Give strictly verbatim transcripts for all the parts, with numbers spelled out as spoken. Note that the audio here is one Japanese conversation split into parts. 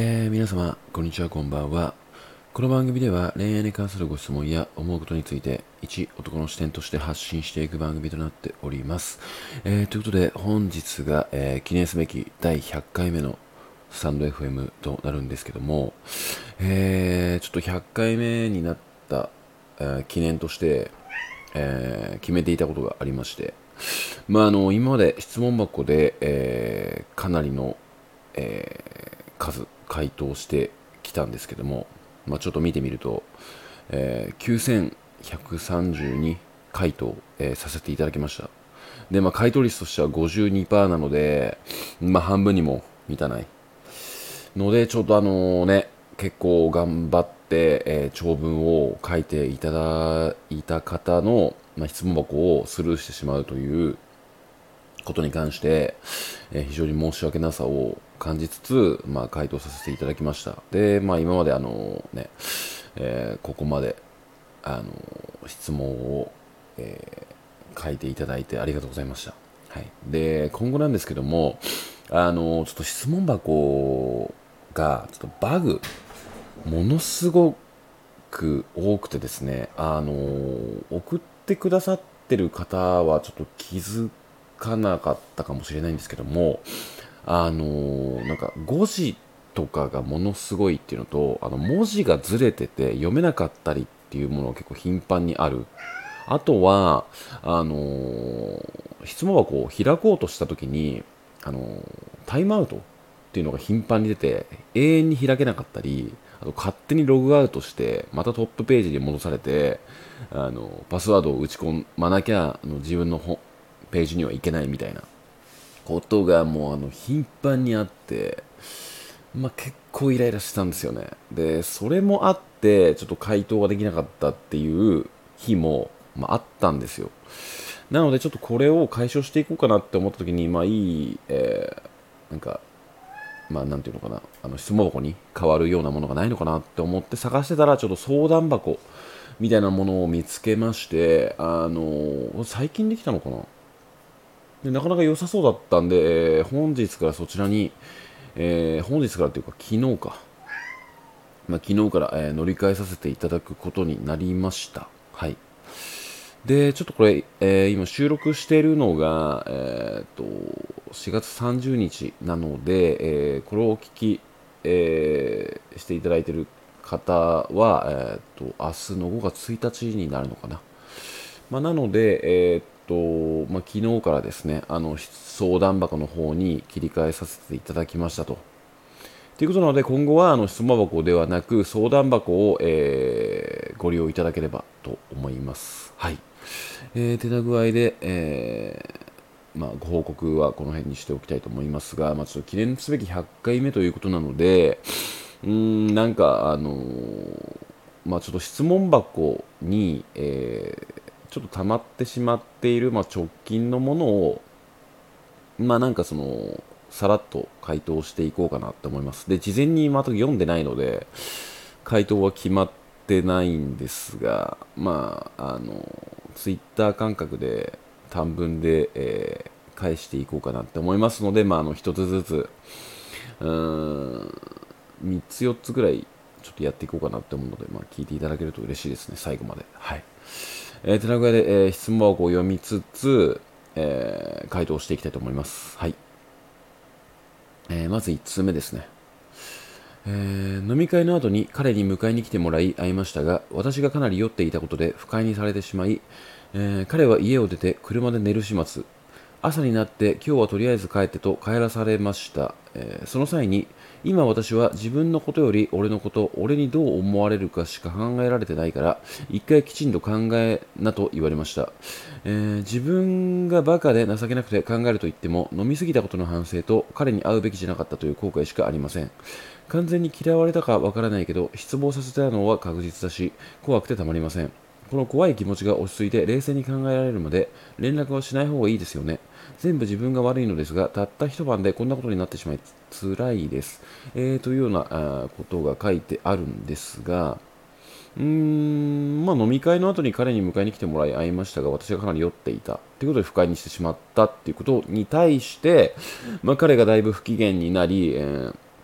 えー、皆様、こんにちは、こんばんは。この番組では恋愛に関するご質問や思うことについて、一男の視点として発信していく番組となっております。えー、ということで、本日が、えー記念すべきだいひゃっかいめのスタンド エフエム となるんですけども、えー、ちょっとひゃっかいめになった、えー記念として、えー決めていたことがありまして、まあ、あの今まで質問箱で、えーかなりの、えー数回答してきたんですけども、まあ、ちょっと見てみると、えーきゅうせんひゃくさんじゅうに回答、えーさせていただきました。で、まあ、回答率としては ごじゅうにパーセント なので、まあ、半分にも満たないので、ちょっとあのね、結構頑張って、えー長文を書いていただいた方の、まあ、質問箱をスルーしてしまうということに関して、えー非常に申し訳なさを感じつつ、まあ、回答させていただきました。で、まあ、今まであのね、えーここまで、あの質問を、えー書いていただいてありがとうございました。はい。で、今後なんですけども、あのちょっと質問箱が、ちょっとバグ、ものすごく多くてですね、あの送ってくださってる方はちょっと気づかなかったかもしれないんですけども、あのなんか誤字とかがものすごいっていうのと、あの文字がずれてて読めなかったりっていうものが結構頻繁にある。あとは、あの質問箱を開こうとした時に、あのタイムアウトっていうのが頻繁に出て、永遠に開けなかったり、あと勝手にログアウトして、またトップページに戻されて、あのパスワードを打ち込まなきゃ、あの自分のホページには行けないみたいなことがもうあの頻繁にあって、まあ、結構イライラしたんですよね。で、それもあって、ちょっと回答ができなかったっていう日も、まあ、あったんですよ。なので、ちょっとこれを解消していこうかなって思った時に、まあ、いい、えーなんか、まあ、なんていうのかな、あの質問箱に変わるようなものがないのかなって思って探してたら、ちょっと相談箱みたいなものを見つけまして、あの最近できたのかな。でなかなか良さそうだったんで、えー本日からそちらに、えー本日からというか昨日か、まあ、昨日から、えー乗り換えさせていただくことになりました。はい。で、ちょっとこれ、えー今収録しているのが、えーっと、しがつさんじゅうにちなので、えーこれをお聞き、えーしていただいている方は、えーっと、明日のごがつついたちになるのかな。まあ、なので、えーっと、まあ、昨日からですね、あの、相談箱の方に切り替えさせていただきましたと。ということなので、今後はあの質問箱ではなく、相談箱を、えーご利用いただければと思います。はい。えー、手な具合で、えーまあ、ご報告はこの辺にしておきたいと思いますが、まあ、ちょっと記念すべきひゃっかいめということなので、うーん、なんか、あのーまあ、ちょっと質問箱に、えーちょっと溜まってしまっている、まあ、直近のものを、まあ、なんかその、さらっと回答していこうかなって思います。で、事前にまた読んでないので、回答は決まってないんですが、まあ、あの、ツイッター感覚で短文で、えー返していこうかなって思いますので、まあ、あの、一つずつ、うーん、みっつよっつぐらい、ちょっとやっていこうかなって思うので、まあ、聞いていただけると嬉しいですね、最後まで。はい。えー、てな具合で、えー質問箱を読みつつ、えー回答していきたいと思います。はい。えーまずいっつうめですね。えー飲み会の後に彼に迎えに来てもらい会いましたが、私がかなり酔っていたことで不快にされてしまい、えー彼は家を出て車で寝る始末。朝になって今日はとりあえず帰ってと帰らされました。えーその際に、今私は自分のことより俺のこと、俺にどう思われるかしか考えられてないから、一回きちんと考えなと言われました。えー自分がバカで情けなくて考えると言っても、飲みすぎたことの反省と彼に会うべきじゃなかったという後悔しかありません。完全に嫌われたかわからないけど、失望させたのは確実だし、怖くてたまりません。この怖い気持ちが落ち着いて冷静に考えられるまで連絡はしない方がいいですよね。全部自分が悪いのですが、たった一晩でこんなことになってしまい辛いです。えー、というようなあーことが書いてあるんですが、うーん、まあ飲み会の後に彼に迎えに来てもらい会いましたが、私がかなり酔っていた。ということで不快にしてしまったっていうことに対して、まあ彼がだいぶ不機嫌になり、えー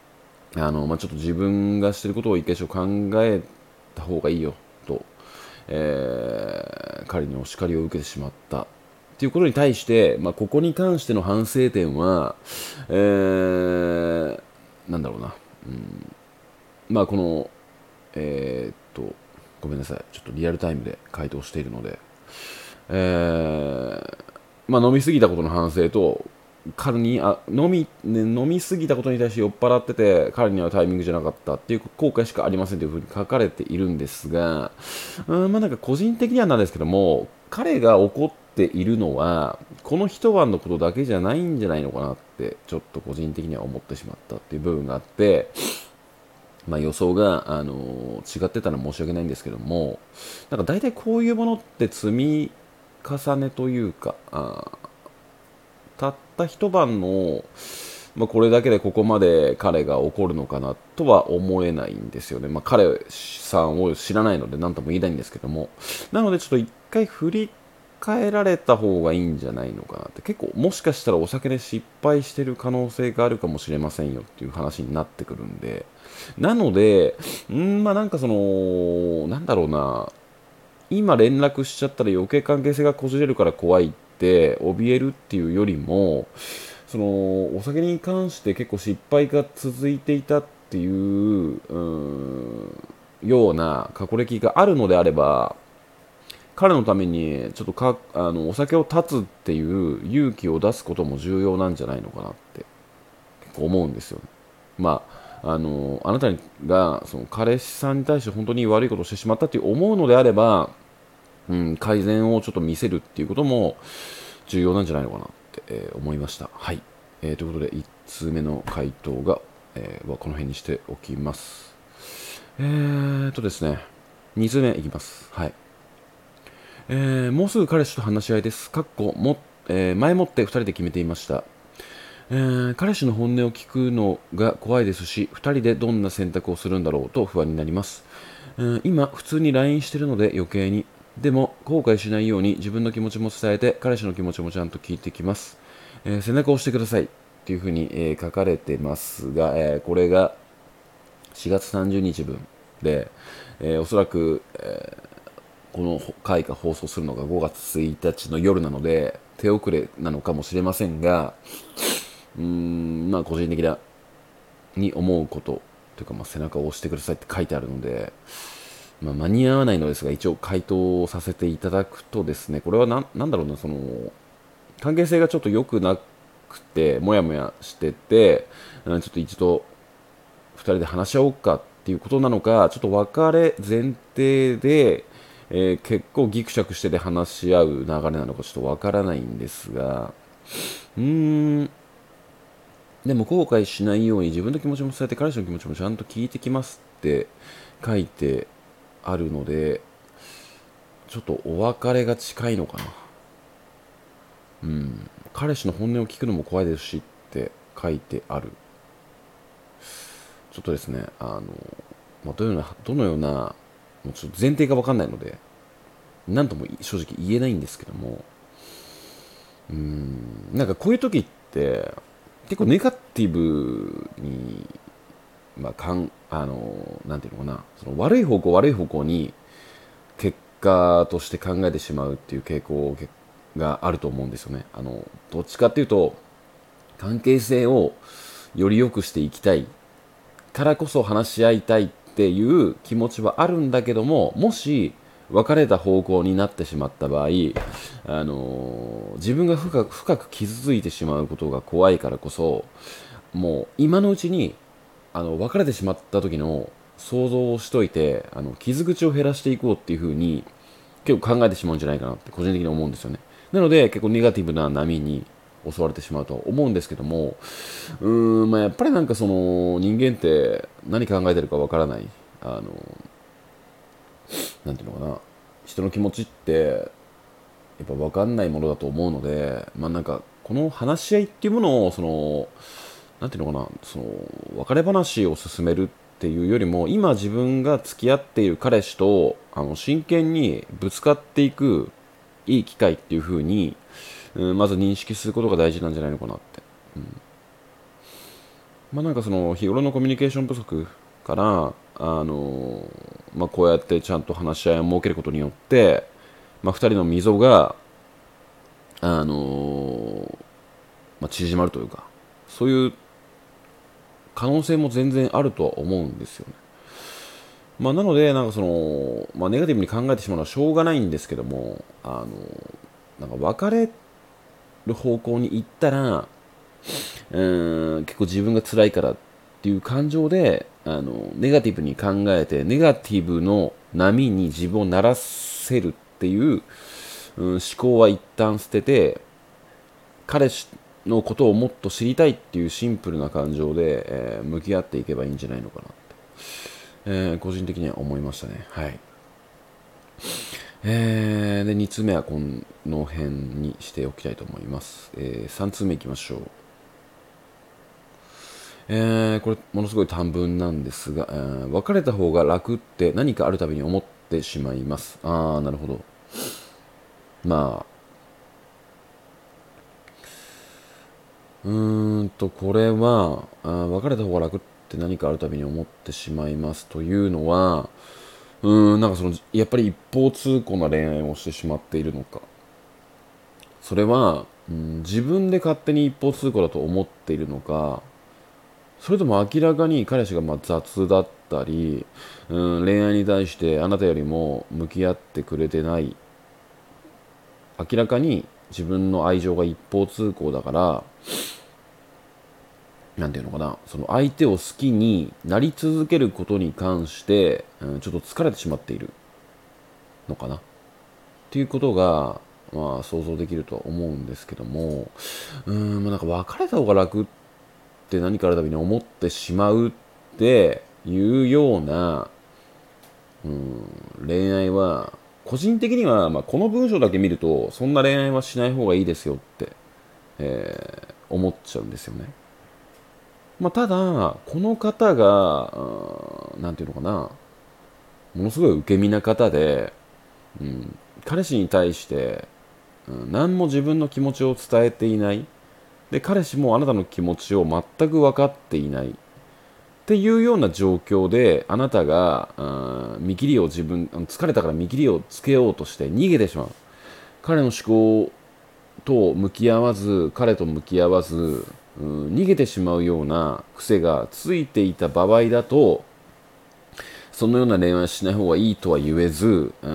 あの、まあ、ちょっと自分がしてることを一回ちょっと考えた方がいいよと、えー彼にお叱りを受けてしまったっていうことに対して、まあ、ここに関しての反省点は、えーなんだろうな、まあこの、えーっと、ごめんなさい、ちょっとリアルタイムで回答しているので、えーまあ飲み過ぎたことの反省と、彼にあ飲み、ね、飲み過ぎたことに対して酔っ払ってて、彼にはタイミングじゃなかったっていう後悔しかありませんというふうに書かれているんですが、うん、まあなんか個人的にはなんですけども、彼が怒っているのは、この一晩のことだけじゃないんじゃないのかなって、ちょっと個人的には思ってしまったっていう部分があって、まあ、予想が、あの違ってたら申し訳ないんですけども、なんか大体こういうものって積み重ねというか、あたった一晩の、まあ、これだけでここまで彼が怒るのかなとは思えないんですよね。まあ、彼さんを知らないので何とも言えないんですけども。なのでちょっと一回振り返られた方がいいんじゃないのかなって。結構もしかしたらお酒で失敗してる可能性があるかもしれませんよっていう話になってくるんで。なので、んまあなんかその、なんだろうな、今連絡しちゃったら余計関係性がこじれるから怖いって怯えるっていうよりも、そのお酒に関して結構失敗が続いていたっていう、うーんような過去歴があるのであれば、彼のためにちょっとかあのお酒を断つっていう勇気を出すことも重要なんじゃないのかなって結構思うんですよね。まあ、あのあなたがその彼氏さんに対して本当に悪いことをしてしまったって思うのであれば、うん、改善をちょっと見せるっていうことも重要なんじゃないのかなって、えー思いました。はい、えーということでいち通目の回答が、えーはこの辺にしておきます。えーとですね、に通目いきます。はい。えーもうすぐ彼氏と話し合いです。かっこも、えー前もってふたりで決めていました。えー彼氏の本音を聞くのが怖いですし、ふたりでどんな選択をするんだろうと不安になります。えー今、普通に ライン してるので余計に。でも、後悔しないように自分の気持ちも伝えて、彼氏の気持ちもちゃんと聞いてきます。えー背中を押してください。っていうふうに、えー書かれてますが、えーこれがしがつさんじゅうにちぶんで、えーおそらく、えーこの回が放送するのがごがつついたちの夜なので、手遅れなのかもしれませんが、うーん、まあ個人的なに思うことというか、まあ、背中を押してくださいって書いてあるので、まあ、間に合わないのですが、一応回答させていただくとですね、これはなんなんだろうな、その関係性がちょっと良くなくて、もやもやしてて、うんちょっと一度ふたりで話し合おうかっていうことなのか、ちょっと別れ前提で、えー結構ギクシャクしてで話し合う流れなのかちょっとわからないんですが、うーん、でも後悔しないように自分の気持ちも伝えて彼氏の気持ちもちゃんと聞いてきますって書いてあるので、ちょっとお別れが近いのかな。彼氏の本音を聞くのも怖いですしって書いてある。ちょっとですね、あの、まあ、どのような、どのような、もうちょっと前提がわかんないので、なんとも正直言えないんですけども、なんかこういう時って結構ネガティブに、まあ、かんあのなんていうのかな、その悪い方向悪い方向に結果として考えてしまうっていう傾向があると思うんですよね。あのどっちかっていうと関係性をより良くしていきたいからこそ話し合いたいっていう気持ちはあるんだけども、もし別れた方向になってしまった場合、あの自分が深く深く傷ついてしまうことが怖いからこそ、もう今のうちにあの別れてしまった時の想像をしといて、あの傷口を減らしていこうっていう風に結構考えてしまうんじゃないかなって個人的に思うんですよね。なので結構ネガティブな波に襲われてしまうと思うんですけども、うーん、まあ、やっぱりなんかその人間って何考えてるかわからない、あのなんていうのかな、人の気持ちってやっぱ分かんないものだと思うので、まあなんかこの話し合いっていうものをそのなんていうのかな、その別れ話を進めるっていうよりも、今自分が付き合っている彼氏とあの真剣にぶつかっていくいい機会っていう風に、うん、まず認識することが大事なんじゃないのかなって。 まあなんかその日頃のコミュニケーション不足から、あのまあこうやってちゃんと話し合いを設けることによって、まあ二人の溝が、あのまあ、縮まるというか、そういう可能性も全然あるとは思うんですよね。まあ、なので、なんかその、まあ、ネガティブに考えてしまうのはしょうがないんですけども、あの、なんか別れる方向に行ったら、うーん、結構自分が辛いからっていう感情で、あの、ネガティブに考えて、ネガティブの波に自分を慣らせるっていう、うん、思考は一旦捨てて、彼氏のことをもっと知りたいっていうシンプルな感情で、えー向き合っていけばいいんじゃないのかなって、えー個人的には思いましたね。はい。えー、で、につうめはこの辺にしておきたいと思います。えー、さんつうめいきましょう。えー、これ、ものすごい短文なんですが、えー別れた方が楽って何かあるたびに思ってしまいます。あー、なるほど。まあ、うーんと、これは、あー別れた方が楽って何かあるたびに思ってしまいますというのは、うーん、なんかその、やっぱり一方通行な恋愛をしてしまっているのか。それは、うん、自分で勝手に一方通行だと思っているのか、それとも明らかに彼氏がまあ雑だったり、うん、恋愛に対してあなたよりも向き合ってくれてない、明らかに自分の愛情が一方通行だから、なんていうのかな、その相手を好きになり続けることに関して、うん、ちょっと疲れてしまっているのかなっていうことが、まあ、想像できるとは思うんですけども、うーん、まあ、なんか別れた方が楽って何かあるたびに思ってしまうっていうような、うん、恋愛は、個人的には、まあ、この文章だけ見ると、そんな恋愛はしない方がいいですよって、えー思っちゃうんですよね。まあ、ただ、この方が、うんなんていうのかな、ものすごい受け身な方で、うん、彼氏に対して、うん、何も自分の気持ちを伝えていない。で、彼氏もあなたの気持ちを全く分かっていない。っていうような状況で、あなたが、うん見切りを自分、疲れたから見切りをつけようとして逃げてしまう。彼の思考と向き合わず、彼と向き合わず、うん、逃げてしまうような癖がついていた場合だと、そのような恋愛をしない方がいいとは言えず、うん、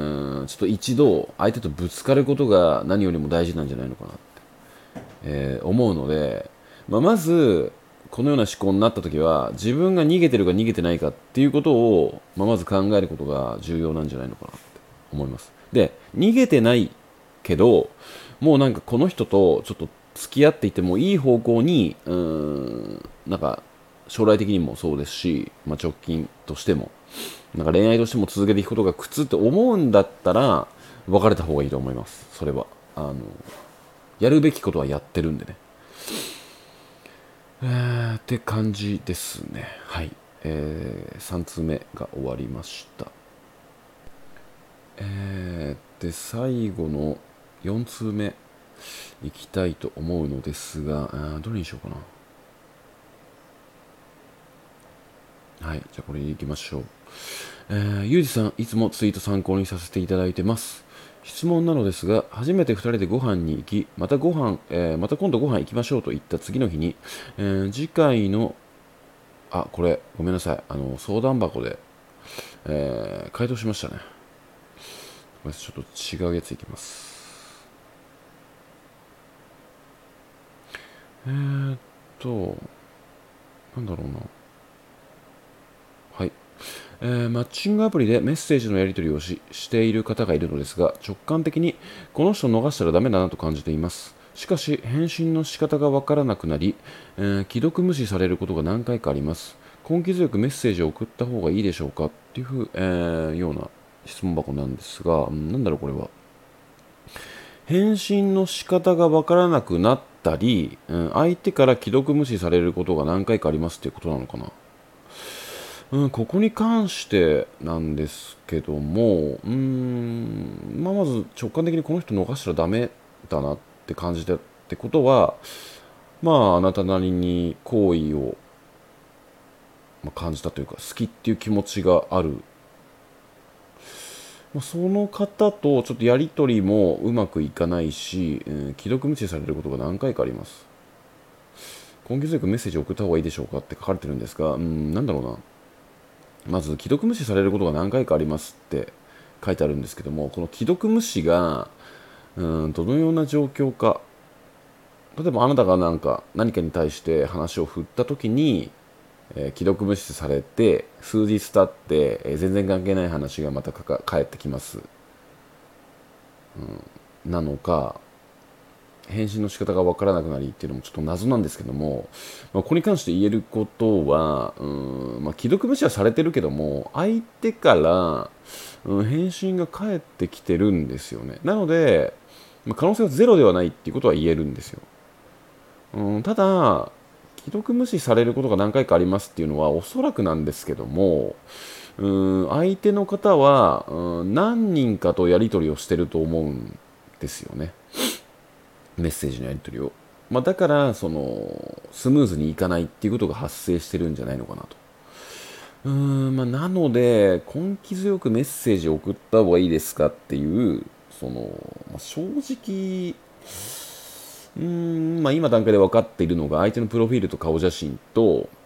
ちょっと一度相手とぶつかることが何よりも大事なんじゃないのかなって、えー思うので、まあ、まず、このような思考になった時は、自分が逃げてるか逃げてないかっていうことを、まあ、まず考えることが重要なんじゃないのかなって思います。で、逃げてないけど、もうなんかこの人とちょっと付き合っていてもいい方向に、うーん、なんか将来的にもそうですし、まあ、直近としても、なんか恋愛としても続けていくことが苦痛って思うんだったら、別れた方がいいと思います。それは。あの、やるべきことはやってるんでね。えー、って感じですね。はい。えー、さんつうめが終わりました。えー、で、最後のよんつうめいきたいと思うのですが、あーどれにしようかな。はい。じゃあこれいきましょう。えー、ゆうじさん、いつもツイート参考にさせていただいてます。質問なのですが、初めてふたりでご飯に行き、またご飯、えーまた今度ご飯行きましょうと言った次の日に、えー次回の、あ、これ、ごめんなさい。あの、相談箱で、えー回答しましたね。ごめんなさい、ちょっと違うやついきます。えーっと、なんだろうな。はい。えーマッチングアプリでメッセージのやり取りをししている方がいるのですが、直感的にこの人を逃したらダメだなと感じています。しかし、返信の仕方がわからなくなり、えー既読無視されることが何回かあります。根気強くメッセージを送った方がいいでしょうかっていうふう、えーような質問箱なんですが、うんなんだろうこれは。返信の仕方がわからなくなったり、うん相手から既読無視されることが何回かありますっていうことなのかな。うん、ここに関してなんですけども、うーん、まあ、まず直感的にこの人逃したらダメだなって感じたってことは、まあ、あなたなりに好意をまあ、感じたというか、好きっていう気持ちがある、まあ、その方とちょっとやり取りもうまくいかないし、うん、既読無視されることが何回かあります。根気強くメッセージを送った方がいいでしょうかって書かれてるんですが、うん、なんだろうな。まず、既読無視されることが何回かありますって書いてあるんですけども、この既読無視が、うん、どのような状況か。例えばあなたがなんか何かに対して話を振ったときに、えー既読無視されて、数日経って、えー全然関係ない話がまたかか返ってきます。なのか、返信の仕方がわからなくなりっていうのもちょっと謎なんですけども、まあ、ここに関して言えることは、うん、まあ、既読無視はされてるけども、相手から、うん、返信が返ってきてるんですよね。なので、まあ、可能性はゼロではないっていうことは言えるんですよ。うん、ただ、既読無視されることが何回かありますっていうのは、おそらくなんですけども、うん、相手の方は、うん、何人かとやり取りをしてると思うんですよね。メッセージのやり取りを。まあ、だから、その、スムーズにいかないっていうことが発生してるんじゃないのかなと。うーん、まあ、なので、根気強くメッセージを送った方がいいですかっていう、その、まあ、正直、うーん、まあ、今段階で分かっているのが、相手のプロフィールと顔写真と、うん、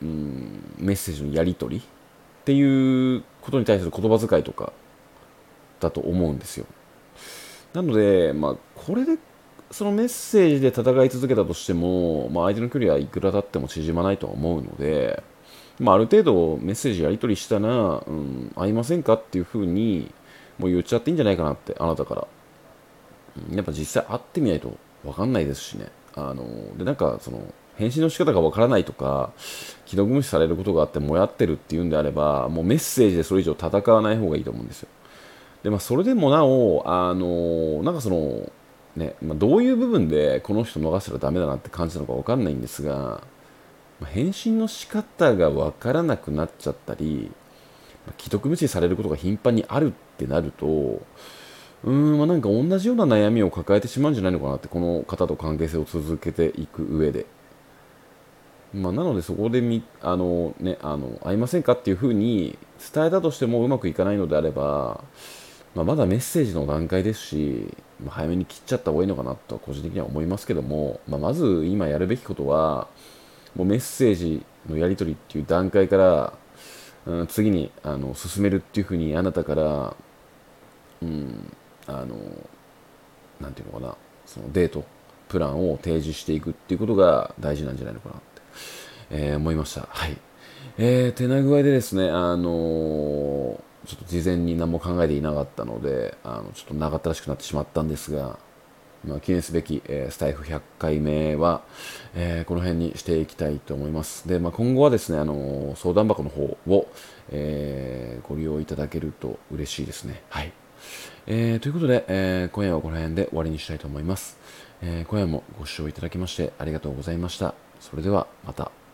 メッセージのやり取りっていうことに対する言葉遣いとかだと思うんですよ。なので、まあ、これでそのメッセージで戦い続けたとしても、まあ、相手の距離はいくら経っても縮まないとは思うので、まあ、ある程度メッセージやり取りしたら、うん、会いませんかっていうふうにもう言っちゃっていいんじゃないかなって、あなたから。うん、やっぱ実際会ってみないと分かんないですしね。あのでなんかその返信の仕方が分からないとか、既読無視されることがあってもやってるっていうんであれば、もうメッセージでそれ以上戦わない方がいいと思うんですよ。で、まあ、それでもなお、あのなんかその、ね、まあ、どういう部分でこの人逃したらダメだなって感じたのかわかんないんですが、まあ、返信の仕方がわからなくなっちゃったり、まあ、既読無視されることが頻繁にあるってなると、うーん、まあ、なんか同じような悩みを抱えてしまうんじゃないのかなって、この方と関係性を続けていく上で。まあ、なのでそこでみあの、ね、あの会いませんかっていうふうに伝えたとしてもうまくいかないのであれば、まあ、まだメッセージの段階ですし、まあ、早めに切っちゃった方がいいのかなとは個人的には思いますけども、まあ、まず今やるべきことは、もうメッセージのやり取りっていう段階から、うん、次にあの進めるっていうふうにあなたから、うん、あの、なんていうのかな、そのデート、プランを提示していくっていうことが大事なんじゃないのかなって、えー思いました。はい。えー、手な具合でですね、あのーちょっと事前に何も考えていなかったので、あのちょっと長ったらしくなってしまったんですが、まあ、記念すべき、えースタイフひゃっかいめは、えーこの辺にしていきたいと思います。で、まあ、今後はですね、あのー相談箱の方を、えーご利用いただけると嬉しいですね。はい。えーということで、えー今夜はこの辺で終わりにしたいと思います。えー今夜もご視聴いただきましてありがとうございました。それではまた。